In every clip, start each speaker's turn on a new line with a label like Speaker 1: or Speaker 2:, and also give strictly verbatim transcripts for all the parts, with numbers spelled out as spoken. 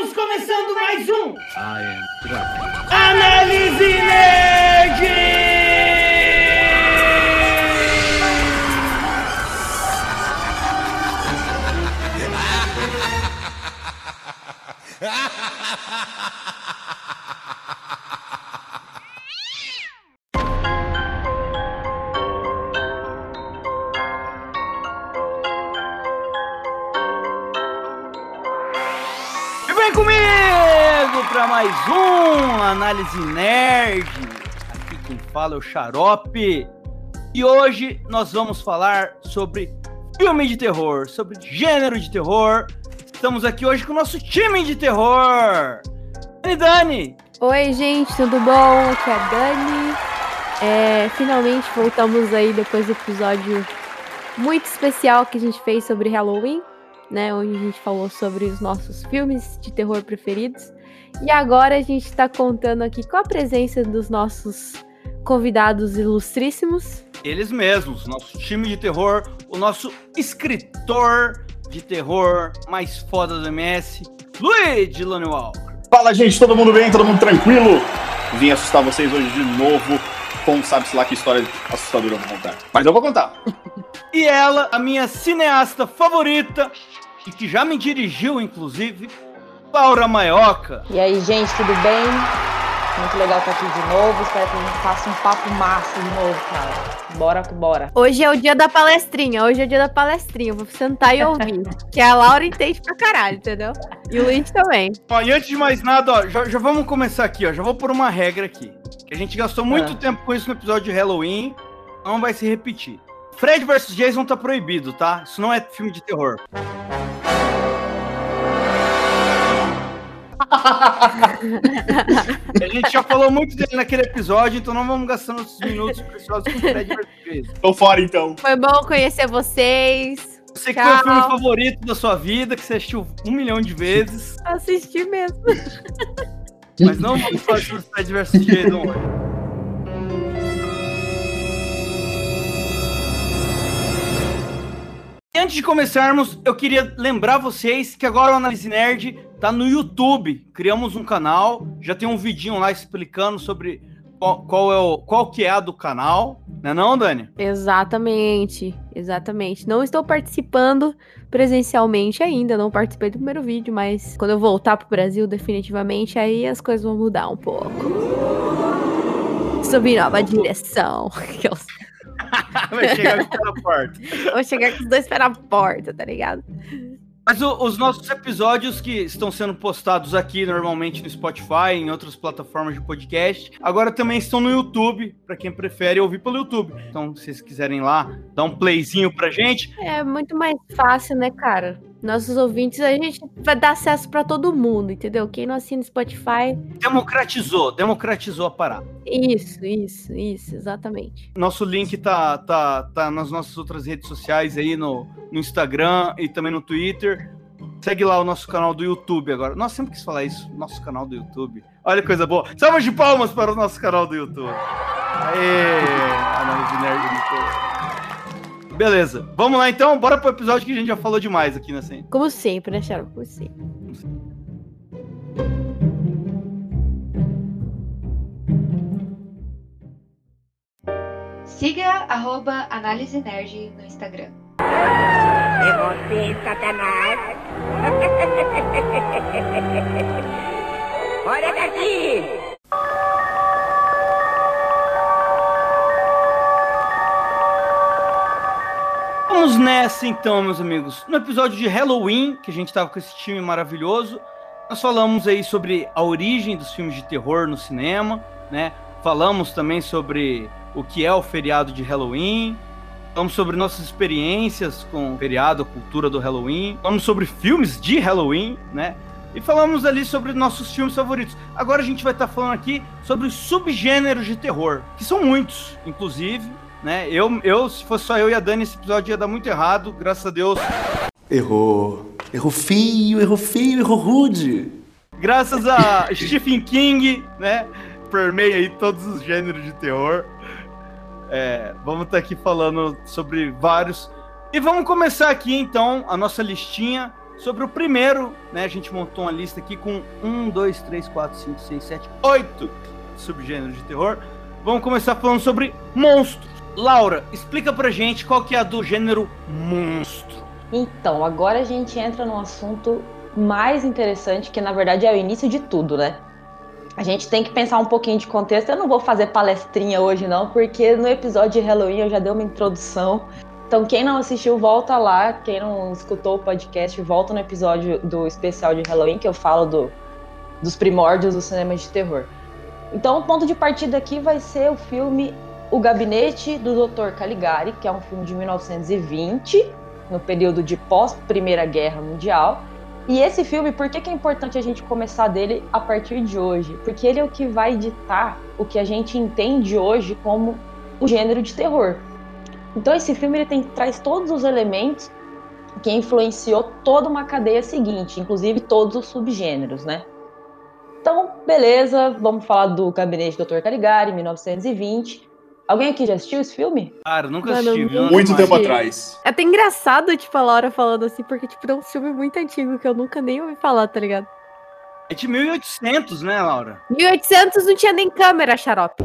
Speaker 1: Estamos começando mais um
Speaker 2: Ah, é.
Speaker 1: Análise Nerd! Para mais um Análise Nerd. Aqui quem fala é o Xarope. E hoje nós vamos falar sobre filme de terror, sobre gênero de terror. Estamos aqui hoje com o nosso time de terror. Dani, Dani.
Speaker 3: Oi, gente, tudo bom? Aqui é a Dani. É, finalmente voltamos aí depois do episódio muito especial que a gente fez sobre Halloween, né? Onde a gente falou sobre os nossos filmes de terror preferidos. E agora a gente está contando aqui com a presença dos nossos convidados ilustríssimos.
Speaker 1: Eles mesmos, nosso time de terror, o nosso escritor de terror mais foda do M S, Luigi Lone Walker.
Speaker 2: Fala, gente, todo mundo bem? Todo mundo tranquilo? Vim assustar vocês hoje de novo com sabe-se lá que história assustadora eu vou contar. Mas eu vou contar.
Speaker 1: E ela, a minha cineasta favorita, e que já me dirigiu, inclusive, Laura Maioca.
Speaker 4: E aí, gente, tudo bem? Muito legal estar aqui de novo. Espero que a gente faça um papo massa de novo, cara. Bora que bora.
Speaker 3: Hoje é o dia da palestrinha. Hoje é o dia da palestrinha. Eu vou sentar e ouvir. Que a Laura entende pra caralho, entendeu? E o Luiz também.
Speaker 1: Ó, e antes de mais nada, ó, já, já vamos começar aqui, ó. Já vou pôr uma regra aqui. Que a gente gastou muito
Speaker 4: Ah.
Speaker 1: tempo com isso no episódio de Halloween. Não vai se repetir. Fred versus. Jason tá proibido, tá? Isso não é filme de terror. A gente já falou muito dele naquele episódio, então não vamos gastar nossos minutos preciosos com o Fred versus. Jason.
Speaker 2: Tô fora, então.
Speaker 3: Foi bom conhecer vocês.
Speaker 1: Você que
Speaker 3: Tchau.
Speaker 1: foi o filme favorito da sua vida, que você assistiu um milhão de vezes,
Speaker 3: Assisti mesmo.
Speaker 1: mas não vamos falar sobre Fred versus. Jason hoje. E antes de começarmos, eu queria lembrar vocês que agora o Análise Nerd tá no YouTube. Criamos um canal, já tem um vidinho lá explicando sobre qual, qual, é o, qual que é a do canal. Não é não, Dani?
Speaker 3: Exatamente, exatamente. Não estou participando presencialmente ainda, não participei do primeiro vídeo, mas quando eu voltar pro Brasil, definitivamente, aí as coisas vão mudar um pouco. Subir nova direção.
Speaker 1: Vai chegar aqui na porta.
Speaker 3: Vou chegar com os dois pés na porta, tá ligado?
Speaker 1: Mas o, os nossos episódios que estão sendo postados aqui normalmente no Spotify, em outras plataformas de podcast, agora também estão no YouTube, pra quem prefere ouvir pelo YouTube. Então, se vocês quiserem lá, dar um playzinho pra gente.
Speaker 3: É muito mais fácil, né, cara? Nossos ouvintes, a gente vai dar acesso pra todo mundo, entendeu? Quem não assina Spotify...
Speaker 1: Democratizou, democratizou a parada.
Speaker 3: Isso, isso, isso, exatamente.
Speaker 1: Nosso link tá, tá, tá nas nossas outras redes sociais aí, no, no Instagram e também no Twitter. Segue lá o nosso canal do YouTube agora. Nossa, sempre quis falar isso, nosso canal do YouTube. Olha que coisa boa. Salve de palmas para o nosso canal do YouTube. Aê, Análise Nerd do YouTube. Beleza, vamos lá então, bora pro episódio que a gente já falou demais aqui na cena.
Speaker 3: Como sempre, né, Sharon? Como sempre.
Speaker 5: Siga arroba Análise Nerd no Instagram.
Speaker 6: É você, Satanás! Olha daqui!
Speaker 1: Vamos nessa então, meus amigos. No episódio de Halloween, que a gente tava com esse time maravilhoso, nós falamos aí sobre a origem dos filmes de terror no cinema, né? Falamos também sobre o que é o feriado de Halloween, falamos sobre nossas experiências com o feriado, a cultura do Halloween, falamos sobre filmes de Halloween, né? E falamos ali sobre nossos filmes favoritos. Agora a gente vai estar falando aqui sobre os subgêneros de terror, que são muitos, inclusive, né? Eu, eu, se fosse só eu e a Dani, esse episódio ia dar muito errado, graças a Deus.
Speaker 7: Errou. Errou feio, errou feio, errou rude.
Speaker 1: Graças a Stephen King, né? Permeia aí todos os gêneros de terror. É, vamos estar aqui falando sobre vários. E vamos começar aqui, então, a nossa listinha sobre o primeiro, né? A gente montou uma lista aqui com um, dois, três, quatro, cinco, seis, sete, oito subgêneros de terror. Vamos começar falando sobre monstros. Laura, explica pra gente qual que é a do gênero monstro.
Speaker 4: Então, agora a gente entra num assunto mais interessante, que na verdade é o início de tudo, né? A gente tem que pensar um pouquinho de contexto. Eu não vou fazer palestrinha hoje não, porque no episódio de Halloween eu já dei uma introdução. Então quem não assistiu, volta lá. Quem não escutou o podcast, volta no episódio do especial de Halloween, que eu falo do, dos primórdios do cinema de terror. Então o ponto de partida aqui vai ser o filme O Gabinete do doutor Caligari, que é um filme de mil novecentos e vinte, no período de pós-Primeira Guerra Mundial. E esse filme, por que que é importante a gente começar dele a partir de hoje? Porque ele é o que vai ditar o que a gente entende hoje como o gênero de terror. Então esse filme ele tem, traz todos os elementos que influenciou toda uma cadeia seguinte, inclusive todos os subgêneros, né? Então, beleza, vamos falar do Gabinete do doutor Caligari, mil novecentos e vinte. Alguém aqui já assistiu esse filme?
Speaker 1: Cara, nunca
Speaker 3: Mano,
Speaker 1: assisti, viu?
Speaker 2: Muito
Speaker 1: Demais.
Speaker 2: tempo atrás.
Speaker 3: É até engraçado, tipo, a Laura falando assim, porque, tipo, é um filme muito antigo que eu nunca nem ouvi falar, tá ligado?
Speaker 1: É de mil e oitocentos, né, Laura?
Speaker 3: mil e oitocentos não tinha nem câmera, xarope.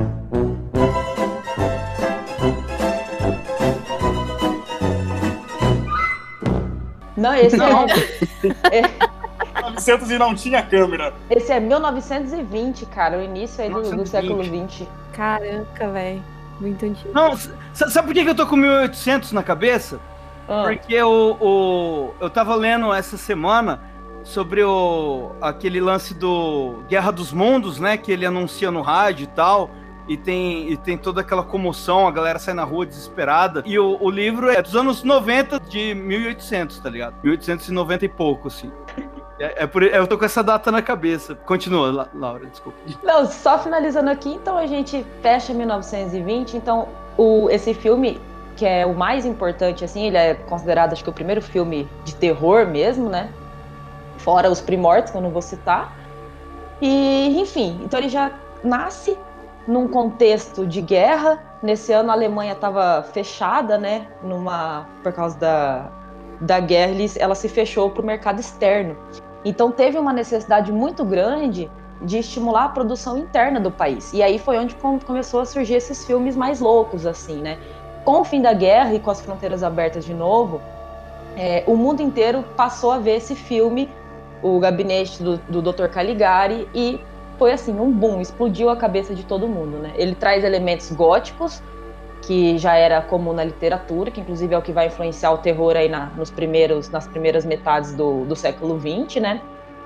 Speaker 4: Não, esse
Speaker 1: Não.
Speaker 4: é... é...
Speaker 2: novecentos e não tinha câmera.
Speaker 4: Esse é mil novecentos e vinte, cara, o início aí do, do
Speaker 1: novecentos e vinte.
Speaker 4: século vinte.
Speaker 3: Caraca, velho. Muito antigo.
Speaker 1: Não, s- sabe por que que eu tô com mil e oitocentos na cabeça?
Speaker 4: Ah,
Speaker 1: Porque o, o, eu tava lendo essa semana sobre o, aquele lance do Guerra dos Mundos, né? Que ele anuncia no rádio e tal. E tem, e tem toda aquela comoção, a galera sai na rua desesperada. E o, o livro é dos anos noventa de mil e oitocentos, tá ligado? mil oitocentos e noventa e pouco, assim. É, é por, eu tô com essa data na cabeça. Continua, La- Laura, desculpa.
Speaker 4: Não, só finalizando aqui, então a gente fecha mil novecentos e vinte. Então, o, esse filme, que é o mais importante, assim, ele é considerado, acho que, o primeiro filme de terror mesmo, né? Fora os primórdios, que eu não vou citar. E, enfim, então ele já nasce num contexto de guerra. Nesse ano a Alemanha estava fechada, né? Numa, por causa da, da guerra, eles- ela se fechou para o mercado externo. Então teve uma necessidade muito grande de estimular a produção interna do país. E aí foi onde com- começou a surgir esses filmes mais loucos, assim, né? Com o fim da guerra e com as fronteiras abertas de novo, é, o mundo inteiro passou a ver esse filme, O Gabinete do, do doutor Caligari, e foi assim, um boom, explodiu a cabeça de todo mundo, né? Ele traz elementos góticos, que já era comum na literatura, que inclusive é o que vai influenciar o terror aí na, nos primeiros, nas primeiras metades do, do século vinte, né?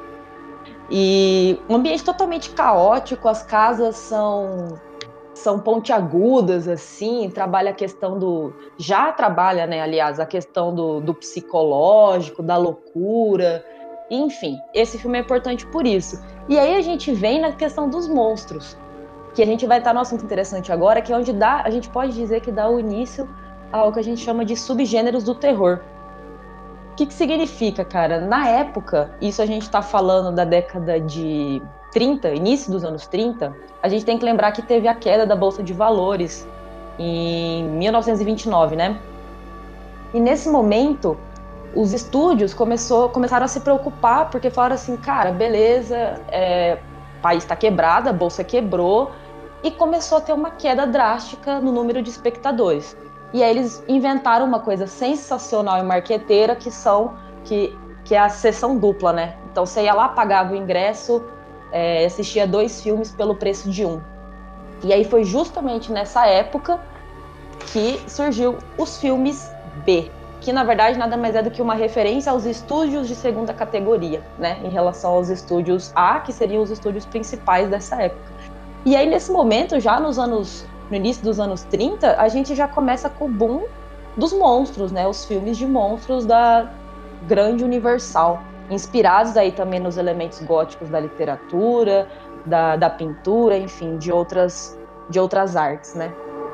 Speaker 4: E um ambiente totalmente caótico, as casas são, são pontiagudas, assim, trabalha a questão do... Já trabalha, né, aliás, a questão do, do psicológico, da loucura, enfim, esse filme é importante por isso. E aí a gente vem na questão dos monstros, que a gente vai estar no assunto interessante agora, que é onde dá, a gente pode dizer que dá o início ao que a gente chama de subgêneros do terror. O que que significa, cara? Na época, isso a gente tá falando da década de trinta, início dos anos trinta, a gente tem que lembrar que teve a queda da Bolsa de Valores em mil novecentos e vinte e nove, né? E nesse momento, os estúdios começou, começaram a se preocupar, porque falaram assim, cara, beleza, é, o país está quebrado, a Bolsa quebrou, e começou a ter uma queda drástica no número de espectadores. E aí eles inventaram uma coisa sensacional e marqueteira, que são que, que é a sessão dupla, né? Então você ia lá, pagava o ingresso, é, assistia dois filmes pelo preço de um. E aí foi justamente nessa época que surgiu os filmes B, que na verdade nada mais é do que uma referência aos estúdios de segunda categoria, né? Em relação aos estúdios A, que seriam os estúdios principais dessa época. E aí, nesse momento, já nos anos, no início dos anos trinta, a gente já começa com o boom dos monstros, né? Os filmes de monstros da grande Universal, inspirados aí também nos elementos góticos da literatura, da, da pintura, enfim, de outras, de outras artes, né?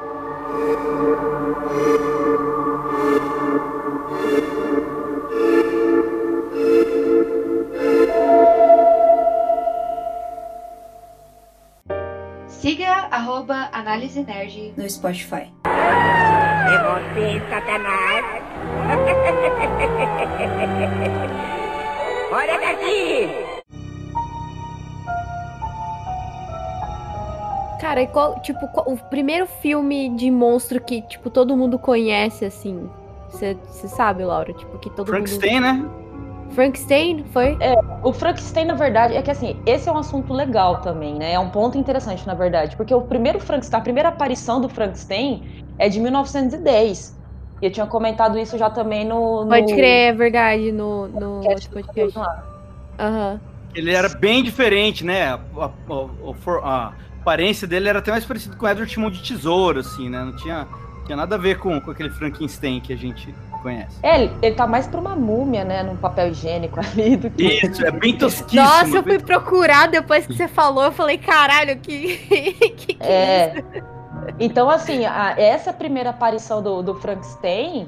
Speaker 5: Siga arroba Análise Nerd
Speaker 8: no Spotify.
Speaker 6: É você, Satanás. Olha daqui!
Speaker 3: Cara, e qual, tipo, qual- o primeiro filme de monstro que, tipo, todo mundo conhece, assim? Você sabe, Laura? Tipo, que todo
Speaker 1: Frankenstein,
Speaker 3: mundo...
Speaker 1: né?
Speaker 3: Frankenstein, foi?
Speaker 4: O Frankenstein, na verdade, é que assim, esse é um assunto legal também, né? É um ponto interessante, na verdade, porque o primeiro Frankenstein, a primeira aparição do Frankenstein é de mil novecentos e dez. E eu tinha comentado isso já também no.
Speaker 3: Pode
Speaker 4: no...
Speaker 3: crer, é verdade, no, no
Speaker 4: podcast
Speaker 3: outro
Speaker 4: do
Speaker 3: podcast.
Speaker 4: lá.
Speaker 3: Aham.
Speaker 1: Ele era bem diferente, né? A, a- a- a aparência dele era até mais parecido com o Edward Timão de Tesouro, assim, né? Não tinha, tinha nada a ver com, com aquele Frankenstein que a gente conhece.
Speaker 4: É, ele, ele tá mais pra uma múmia, né? Num papel higiênico ali do que.
Speaker 1: Isso, é bem tosquíssimo.
Speaker 3: Nossa, eu
Speaker 1: bem-
Speaker 3: fui procurar depois que você falou, eu falei, caralho, que que, que é isso?
Speaker 4: É. Então, assim, a- essa primeira aparição do, do Frankenstein,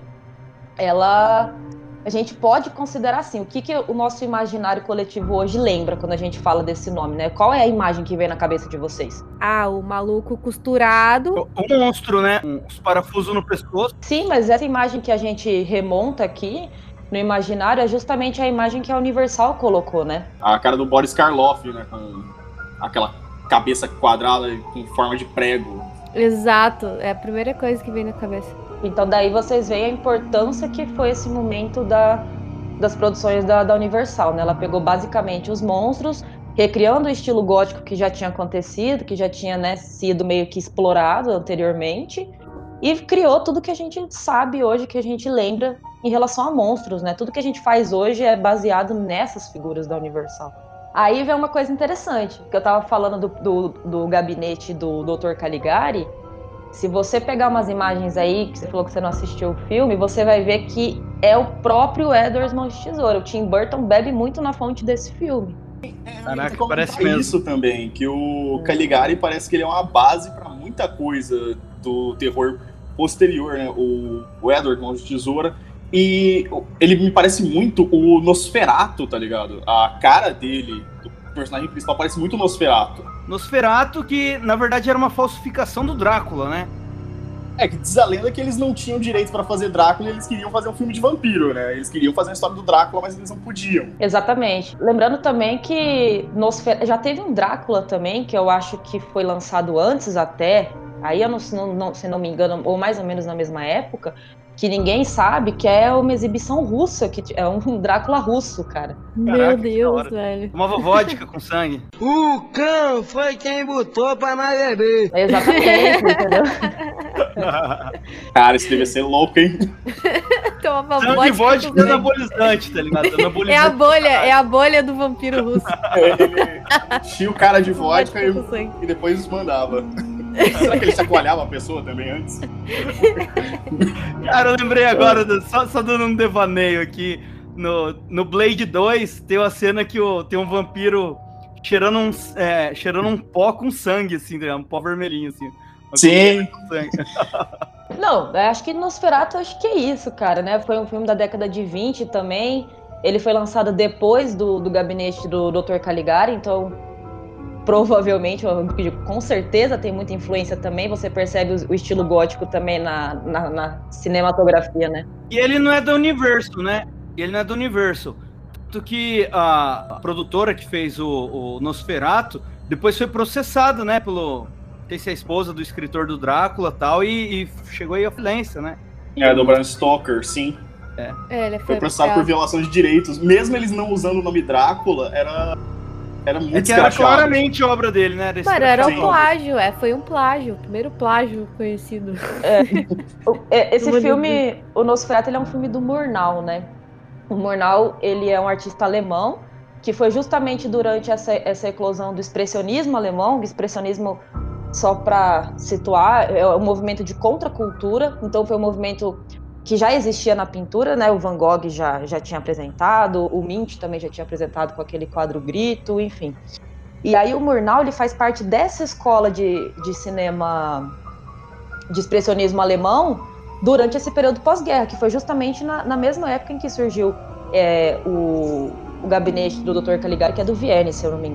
Speaker 4: ela. A gente pode considerar assim, o que, que o nosso imaginário coletivo hoje lembra quando a gente fala desse nome, né? Qual é a imagem que vem na cabeça de vocês?
Speaker 3: Ah, o maluco costurado.
Speaker 1: O, o monstro, né? Os parafusos no pescoço.
Speaker 4: Sim, mas essa imagem que a gente remonta aqui no imaginário é justamente a imagem que a Universal colocou, né?
Speaker 2: A cara do Boris Karloff, né? Com aquela cabeça quadrada com forma de prego.
Speaker 3: Exato, é a primeira coisa que vem na cabeça.
Speaker 4: Então daí vocês veem a importância que foi esse momento da, das produções da, da Universal, né? Ela pegou basicamente os monstros, recriando o estilo gótico que já tinha acontecido, que já tinha, né, sido meio que explorado anteriormente, e criou tudo que a gente sabe hoje, que a gente lembra em relação a monstros, né? Tudo que a gente faz hoje é baseado nessas figuras da Universal. Aí vem uma coisa interessante, que eu tava falando do, do, do gabinete do doutor Caligari. Se você pegar umas imagens aí, que você falou que você não assistiu o filme, você vai ver que é o próprio Edward Mãos de Tesoura. O Tim Burton bebe muito na fonte desse filme.
Speaker 1: Caraca,
Speaker 2: Como
Speaker 1: parece
Speaker 2: tá
Speaker 1: mesmo.
Speaker 2: isso também, que o Caligari parece que ele é uma base pra muita coisa do terror posterior, né? O, o Edward Mãos de Tesoura. E ele me parece muito o Nosferatu, tá ligado? A cara dele, do personagem principal, parece muito o Nosferatu.
Speaker 1: Nosferatu, que na verdade era uma falsificação do Drácula, né?
Speaker 2: É, que diz a lenda que eles não tinham direito pra fazer Drácula e eles queriam fazer um filme de vampiro, né? Eles queriam fazer a história do Drácula, mas eles não podiam.
Speaker 4: Exatamente. Lembrando também que Nosfer... já teve um Drácula também, que eu acho que foi lançado antes até, aí eu não, não, não, se não me engano, ou mais ou menos na mesma época, que ninguém sabe, que é uma exibição russa, que é um Drácula russo, cara.
Speaker 3: Meu
Speaker 1: Caraca, que da
Speaker 3: Deus,
Speaker 1: hora.
Speaker 3: velho.
Speaker 1: Tomava vodka com sangue.
Speaker 8: O cão foi quem botou pra nós beber.
Speaker 4: Exatamente, entendeu?
Speaker 2: Cara, isso devia ser louco, hein?
Speaker 3: Tomava
Speaker 1: Sangue e
Speaker 3: vodka
Speaker 1: vodka
Speaker 3: com sangue.
Speaker 1: anabolizante, tá ligado?
Speaker 3: É a
Speaker 1: Anabolizante.
Speaker 3: bolha, é a bolha do vampiro russo.
Speaker 2: Ele enchia o cara de vodka
Speaker 3: Vodka com
Speaker 2: e,
Speaker 3: sangue.
Speaker 2: e depois mandava. Será que ele chacoalhava a pessoa também antes?
Speaker 1: Cara, eu lembrei agora, do- só, só dando um devaneio aqui. No, no Blade dois, tem uma cena que o, tem um vampiro cheirando um, é, cheirando um pó com sangue, assim, tá ligado? Um pó vermelhinho, assim.
Speaker 2: Sim.
Speaker 1: Com sangue.
Speaker 4: Não, eu acho que Nosferatu, acho que é isso, cara, né? Foi um filme da década de vinte também. Ele foi lançado depois do, do gabinete do doutor Caligari, então provavelmente, eu digo, com certeza tem muita influência também. Você percebe o, o estilo gótico também na, na, na cinematografia, né?
Speaker 1: E ele não é da Universo, né? Ele não é do Universo. Tanto que a produtora que fez o, o Nosferatu depois foi processada, né? Pelo. Tem se a esposa do escritor do Drácula e tal, e chegou aí a falência, né?
Speaker 2: É, do Bram Stoker, sim.
Speaker 3: É, ele
Speaker 2: Foi
Speaker 3: foi
Speaker 2: processado por violação de direitos. Mesmo eles não usando o nome Drácula, era, era muito
Speaker 1: É que era
Speaker 2: escrachado.
Speaker 1: claramente obra dele, né? Era
Speaker 3: Mano, era um
Speaker 2: Sim.
Speaker 3: plágio, é, foi um plágio, o primeiro plágio conhecido.
Speaker 4: O- é, Esse
Speaker 3: Não vou
Speaker 4: filme, o Nosferatu, ele é um filme do Murnau, né? O Murnau, ele é um artista alemão, que foi justamente durante essa, essa eclosão do expressionismo alemão. O expressionismo, só para situar, é um movimento de contracultura. Então foi um movimento que já existia na pintura, né? O Van Gogh já, já tinha apresentado, o Mint também já tinha apresentado com aquele quadro Grito, enfim. E aí o Murnau, ele faz parte dessa escola de, de cinema de expressionismo alemão durante esse período pós-guerra, que foi justamente na, na mesma época em que surgiu é, o, o gabinete do doutor Caligari, que é do Vienne, se eu não me engano.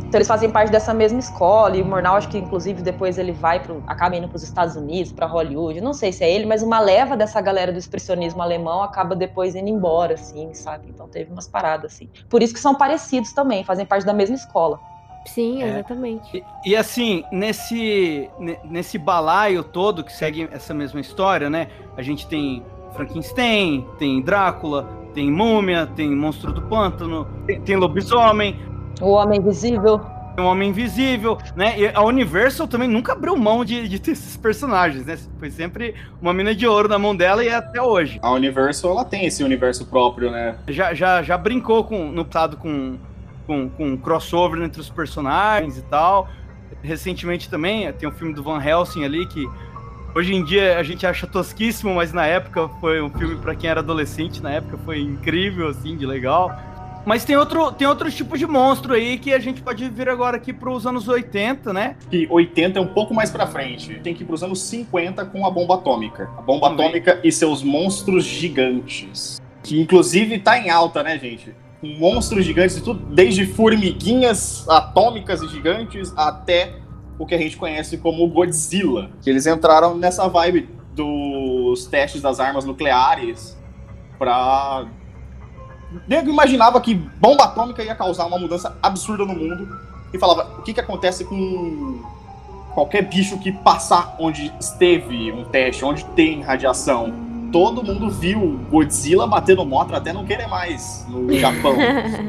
Speaker 4: Então eles fazem parte dessa mesma escola, e o Murnau, acho que inclusive depois ele vai pro, acaba indo para os Estados Unidos, para Hollywood, não sei se é ele, mas uma leva dessa galera do expressionismo alemão acaba depois indo embora, assim, sabe? Então teve umas paradas, assim. Por isso que são parecidos também, fazem parte da mesma escola.
Speaker 3: Sim,
Speaker 1: É.
Speaker 3: exatamente.
Speaker 1: E, e assim, nesse, ne- nesse balaio todo que segue essa mesma história, né? A gente tem Frankenstein, tem Drácula, tem Múmia, tem Monstro do Pântano, tem, tem Lobisomem,
Speaker 4: O Homem Invisível.
Speaker 1: tem um Homem Invisível, né? E a Universal também nunca abriu mão de, de ter esses personagens, né? Foi sempre uma mina de ouro na mão dela e é até hoje.
Speaker 2: A Universal, ela tem esse universo próprio, né?
Speaker 1: Já, já, já brincou com, no passado com, com, com crossover entre os personagens e tal. Recentemente também tem um filme do Van Helsing ali que hoje em dia a gente acha tosquíssimo, mas na época foi um filme para quem era adolescente, na época foi incrível, assim, de legal. Mas tem outro, tem outros tipos de monstro aí que a gente pode vir agora aqui para os anos oitenta, né?
Speaker 2: Que oitenta é um pouco mais pra frente. Tem que ir pros anos cinquenta com a bomba atômica. A bomba
Speaker 1: Vamos ver.
Speaker 2: atômica e seus monstros gigantes. Que inclusive tá em alta, né, gente? Com monstros gigantes e tudo, desde formiguinhas atômicas e gigantes até o que a gente conhece como Godzilla. Que eles entraram nessa vibe dos testes das armas nucleares pra... Nego imaginava que bomba atômica ia causar uma mudança absurda no mundo e falava, o que que acontece com qualquer bicho que passar onde esteve um teste, onde tem radiação? Todo mundo viu Godzilla batendo moto até não querer mais no Japão.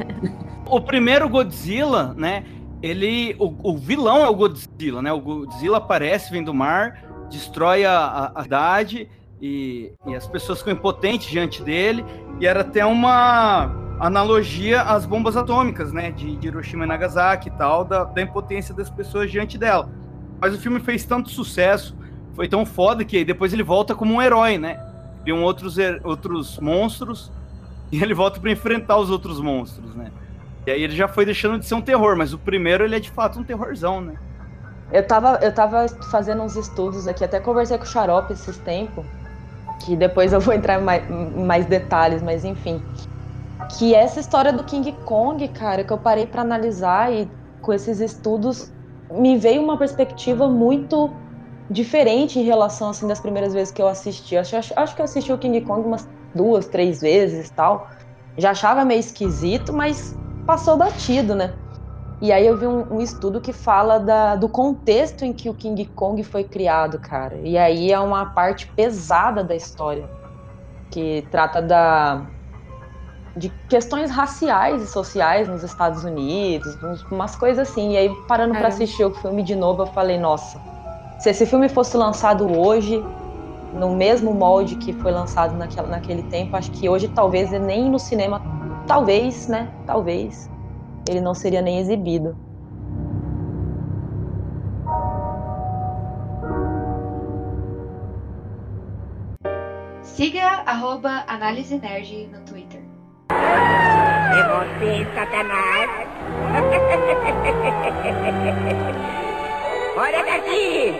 Speaker 1: O primeiro Godzilla, né? Ele, o, o vilão é o Godzilla, né? O Godzilla aparece, vem do mar, destrói a, a, a cidade e, e as pessoas ficam impotentes diante dele. E era até uma analogia às bombas atômicas, né? De, de Hiroshima e Nagasaki e tal, da, da impotência das pessoas diante dela. Mas o filme fez tanto sucesso, foi tão foda que depois ele volta como um herói, né? Viam outros, outros monstros e ele volta para enfrentar os outros monstros, né? E aí ele já foi deixando de ser um terror, mas o primeiro ele é de fato um terrorzão, né?
Speaker 4: Eu tava, eu tava fazendo uns estudos aqui, até conversei com o Xarope esses tempos, que depois eu vou entrar em mais, em mais detalhes, mas enfim. Que essa história do King Kong, cara, que eu parei pra analisar e com esses estudos me veio uma perspectiva muito diferente em relação, assim, das primeiras vezes que eu assisti. Acho, acho, acho que eu assisti o King Kong umas duas, três vezes e tal. Já achava meio esquisito, mas passou batido, né? E aí eu vi um, um estudo que fala da, do contexto em que o King Kong foi criado, cara. E aí é uma parte pesada da história, que trata da, de questões raciais e sociais nos Estados Unidos, umas coisas assim. E aí, parando pra assistir o filme de novo, eu falei, nossa, se esse filme fosse lançado hoje, no mesmo molde que foi lançado naquela, naquele tempo, acho que hoje talvez nem no cinema, talvez, né, talvez, ele não seria nem exibido.
Speaker 5: Siga arroba Análise Nerd no Twitter.
Speaker 6: É você, Satanás! Olha daqui!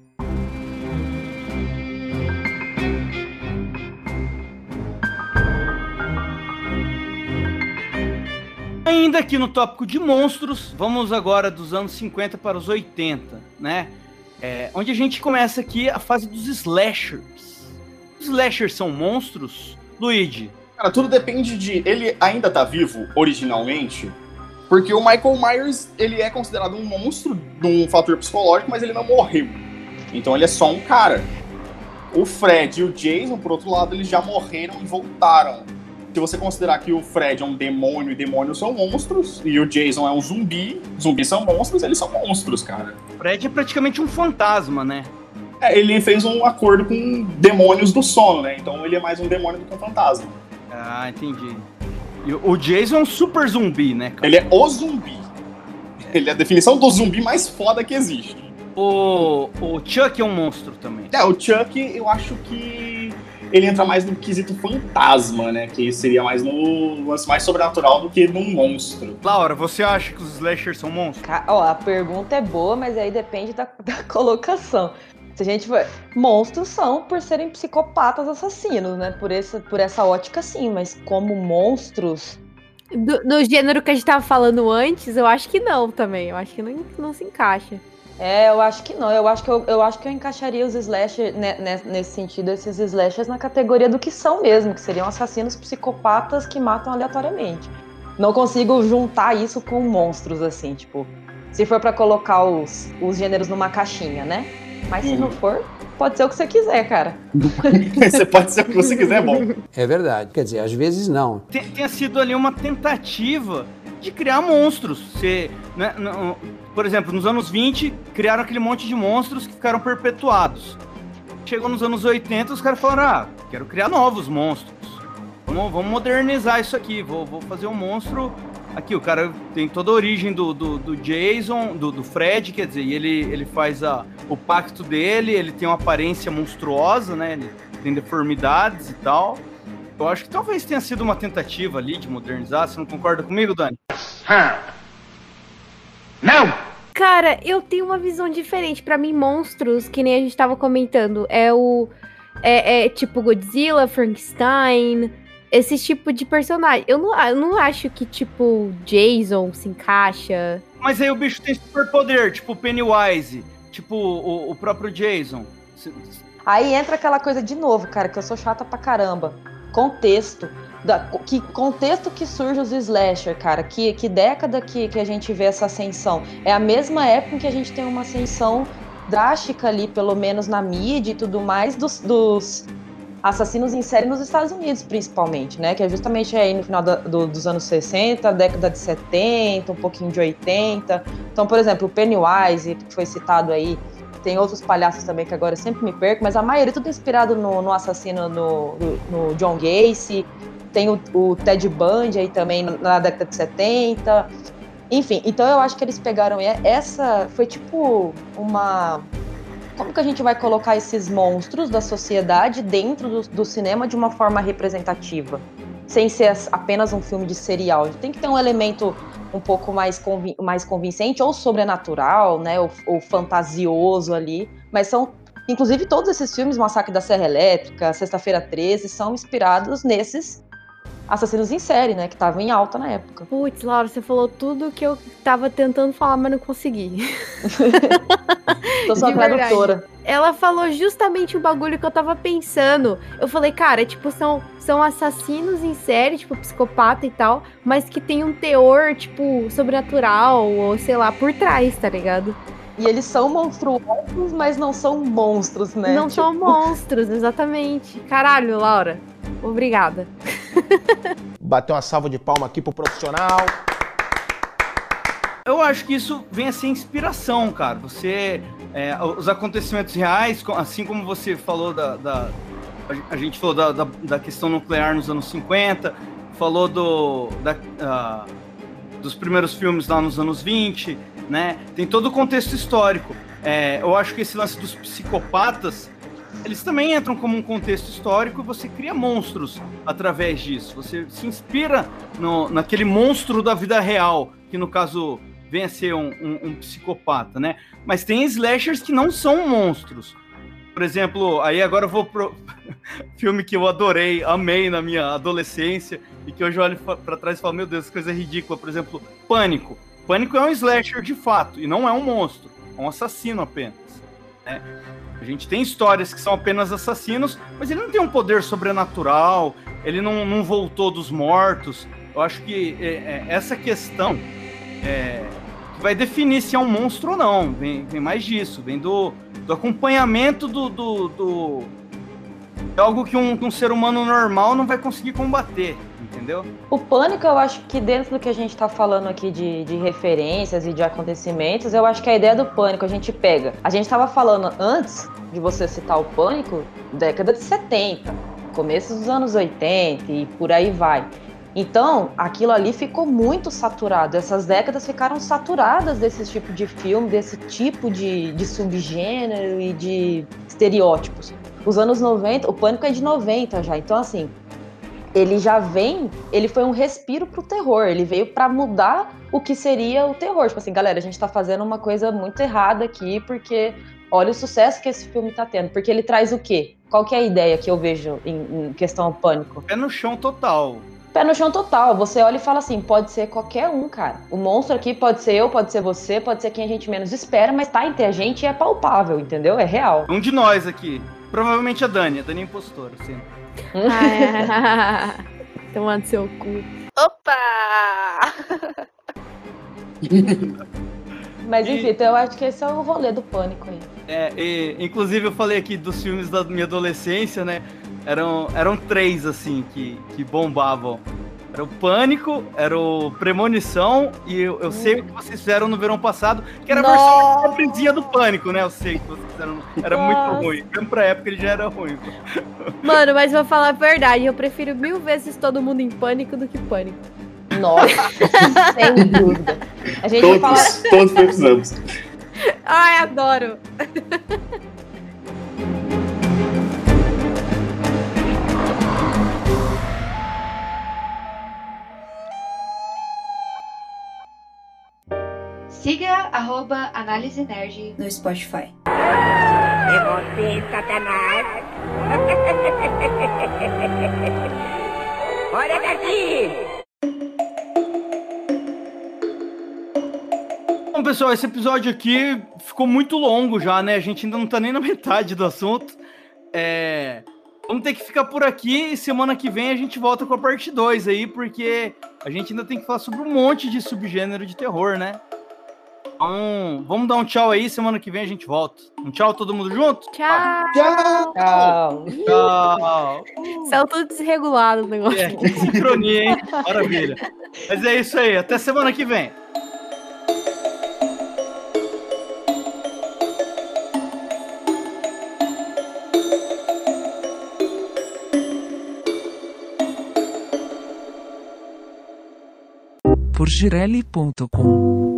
Speaker 1: Ainda aqui no tópico de monstros, vamos agora dos anos cinquenta para os oitenta, né? É, onde a gente começa aqui a fase dos slashers. Os slashers são monstros? Luigi?
Speaker 2: Cara, tudo depende de... Ele ainda tá vivo, originalmente, porque o Michael Myers, ele é considerado um monstro de um fator psicológico, mas ele não morreu. Então ele é só um cara. O Fred e o Jason, por outro lado, eles já morreram e voltaram. Se você considerar que o Fred é um demônio e demônios são monstros, e o Jason é um zumbi, zumbis são monstros, eles são monstros, cara.
Speaker 1: O Fred é praticamente um fantasma, né?
Speaker 2: É, ele fez um acordo com demônios do sono, né? Então ele é mais um demônio do que um fantasma.
Speaker 1: Ah, entendi. E o Jason é um super zumbi, né, cara?
Speaker 2: Ele é o zumbi. Ele é a definição do zumbi mais foda que existe.
Speaker 1: O, o Chuck é um monstro também.
Speaker 2: É, o Chuck, eu acho que ele entra mais no quesito fantasma, né? Que seria mais no lance mais sobrenatural do que num monstro.
Speaker 1: Laura, você acha que os slashers são monstros?
Speaker 4: Ó, a pergunta é boa, mas aí depende da, da colocação. Se a gente for... Monstros são por serem psicopatas assassinos, né? Por essa, por essa ótica, sim. Mas como monstros,
Speaker 3: Do, no gênero que a gente tava falando antes, eu acho que não também. Eu acho que não, não se encaixa.
Speaker 4: É, eu acho que não. Eu acho que eu, eu, acho que eu encaixaria os slashers, né, né, nesse sentido, esses slashers na categoria do que são mesmo, que seriam assassinos psicopatas que matam aleatoriamente. Não consigo juntar isso com monstros, assim, tipo, se for pra colocar os, os gêneros numa caixinha, né? Mas se
Speaker 2: Hum.
Speaker 4: não for, pode ser o que você quiser, cara.
Speaker 2: Você pode ser o que você quiser, é bom.
Speaker 9: É verdade. Quer dizer, às vezes não.
Speaker 1: Tem, tenha sido ali uma tentativa de criar monstros. Você, né, não, por exemplo, nos anos vinte, criaram aquele monte de monstros que ficaram perpetuados. Chegou nos anos oitenta, os caras falaram, ah, quero criar novos monstros. Vamos, vamos modernizar isso aqui, vou, vou fazer um monstro... Aqui, o cara tem toda a origem do, do, do Jason, do, do Fred, quer dizer, e ele, ele faz a, o pacto dele, ele tem uma aparência monstruosa, né? Ele tem deformidades e tal. Eu acho que talvez tenha sido uma tentativa ali de modernizar. Você não concorda comigo, Dani?
Speaker 3: Não! Cara, eu tenho uma visão diferente. Pra mim, monstros, que nem a gente tava comentando, é o... É, é tipo Godzilla, Frankenstein... Esse tipo de personagem. Eu não, eu não acho que, tipo, Jason se encaixa.
Speaker 1: Mas aí o bicho tem superpoder, tipo Pennywise, tipo o, o próprio Jason.
Speaker 4: Aí entra aquela coisa de novo, cara, que eu sou chata pra caramba. Contexto. Da, que contexto que surge os slasher, cara. Que, que década que, que a gente vê essa ascensão? É a mesma época em que a gente tem uma ascensão drástica ali, pelo menos na mídia e tudo mais, dos... dos assassinos em série nos Estados Unidos, principalmente, né? Que é justamente aí no final da, do, dos anos sessenta, década de setenta, um pouquinho de oitenta. Então, por exemplo, o Pennywise, que foi citado aí, tem outros palhaços também que agora eu sempre me perco, mas a maioria tudo inspirado no, no assassino, no, no, no John Gacy. Tem o, o Ted Bundy aí também na década de setenta. Enfim, então eu acho que eles pegaram essa... Foi tipo uma... Como que a gente vai colocar esses monstros da sociedade dentro do, do cinema de uma forma representativa? Sem ser apenas um filme de serial. Tem que ter um elemento um pouco mais, convin- mais convincente, ou sobrenatural, né? Ou, ou fantasioso ali. Mas são, inclusive, todos esses filmes, Massacre da Serra Elétrica, Sexta-feira treze, são inspirados nesses assassinos em série, né? Que estavam em alta na época.
Speaker 3: Putz, Laura, você falou tudo que eu tava tentando falar, mas não consegui.
Speaker 4: Tô só tradutora.
Speaker 3: Ela falou justamente o bagulho que eu tava pensando. Eu falei, cara, tipo, são, são assassinos em série, tipo, psicopata e tal, mas que tem um teor, tipo, sobrenatural, ou sei lá, por trás, tá ligado?
Speaker 4: E eles são monstruosos, mas não são monstros, né?
Speaker 3: Não
Speaker 4: tipo...
Speaker 3: são monstros, exatamente. Caralho, Laura. Obrigada.
Speaker 10: Bateu uma salva de palma aqui pro profissional.
Speaker 1: Eu acho que isso vem a ser inspiração, cara. Você... É, os acontecimentos reais, assim como você falou da... da a gente falou da, da, da questão nuclear nos anos cinquenta, falou do, da, uh, dos primeiros filmes lá nos anos vinte, né? Tem todo o contexto histórico. É, eu acho que esse lance dos psicopatas, eles também entram como um contexto histórico e você cria monstros através disso. Você se inspira no, naquele monstro da vida real, que no caso vem a ser um, um, um psicopata, né? Mas tem slashers que não são monstros. Por exemplo, aí agora eu vou pro filme que eu adorei, amei na minha adolescência e que hoje eu olho pra trás e falo, meu Deus, que coisa ridícula. Por exemplo, Pânico. Pânico é um slasher de fato e não é um monstro, é um assassino apenas, né? A gente tem histórias que são apenas assassinos, mas ele não tem um poder sobrenatural, ele não, não voltou dos mortos. Eu acho que é, é, essa questão é, que vai definir se é um monstro ou não, vem, vem mais disso, vem do, do acompanhamento do, do, do... É algo que um, que um ser humano normal não vai conseguir combater, entendeu?
Speaker 4: O Pânico, eu acho que dentro do que a gente tá falando aqui de, de referências e de acontecimentos, eu acho que a ideia do Pânico a gente pega. A gente tava falando antes de você citar o Pânico, década de setenta, começo dos anos oitenta e por aí vai. Então, aquilo ali ficou muito saturado. Essas décadas ficaram saturadas desse tipo de filme, desse tipo de, de subgênero e de estereótipos. Os anos noventa, o Pânico é de noventa já, então assim, ele já vem, ele foi um respiro pro terror, ele veio pra mudar o que seria o terror. Tipo assim, galera, a gente tá fazendo uma coisa muito errada aqui, porque olha o sucesso que esse filme tá tendo, porque ele traz o quê? Qual que é a ideia que eu vejo em, em questão ao Pânico?
Speaker 1: É no chão total.
Speaker 4: Pé no chão total. Você olha e fala assim, pode ser qualquer um, cara. O monstro aqui pode ser eu, pode ser você, pode ser quem a gente menos espera, mas tá entre a gente e é palpável, entendeu? É real.
Speaker 1: Um de nós aqui. Provavelmente a Dani. A Dani é impostora, sim.
Speaker 3: Ah, é. Tomando seu cu.
Speaker 11: Opa!
Speaker 4: Mas
Speaker 1: E-
Speaker 4: enfim, então eu acho que esse é o rolê do pânico aí.
Speaker 1: É, e, inclusive eu falei aqui dos filmes da minha adolescência, né? Eram, eram três, assim, que, que bombavam. Era o Pânico, era o Premonição e eu, eu sei o que vocês fizeram no verão passado, que era a versão
Speaker 4: Nossa!
Speaker 1: pobrezinha do Pânico, né? Eu sei que vocês fizeram. Era
Speaker 3: Nossa.
Speaker 1: muito ruim. Mesmo pra época ele já era ruim.
Speaker 3: Mano, mas vou falar a verdade, eu prefiro mil vezes Todo Mundo em Pânico do que Pânico.
Speaker 4: Nossa, sem dúvida. A gente
Speaker 2: Todos,
Speaker 4: fala...
Speaker 2: todos precisamos.
Speaker 3: Ai, adoro.
Speaker 5: Siga arroba Análise Nerd no Spotify.
Speaker 6: É você, Satanás. Olha daqui!
Speaker 1: Bom, pessoal, esse episódio aqui ficou muito longo já, né? A gente ainda não tá nem na metade do assunto. É... Vamos ter que ficar por aqui e semana que vem a gente volta com a parte dois aí, porque a gente ainda tem que falar sobre um monte de subgênero de terror, né? Então, vamos dar um tchau aí, semana que vem a gente volta. Um tchau todo mundo junto?
Speaker 3: Tchau.
Speaker 4: Tchau.
Speaker 1: Tchau!
Speaker 3: São tudo desregulado o negócio.
Speaker 1: É, que sincronia, hein? Maravilha. Mas é isso aí, até semana que vem.
Speaker 12: Porgerelli ponto com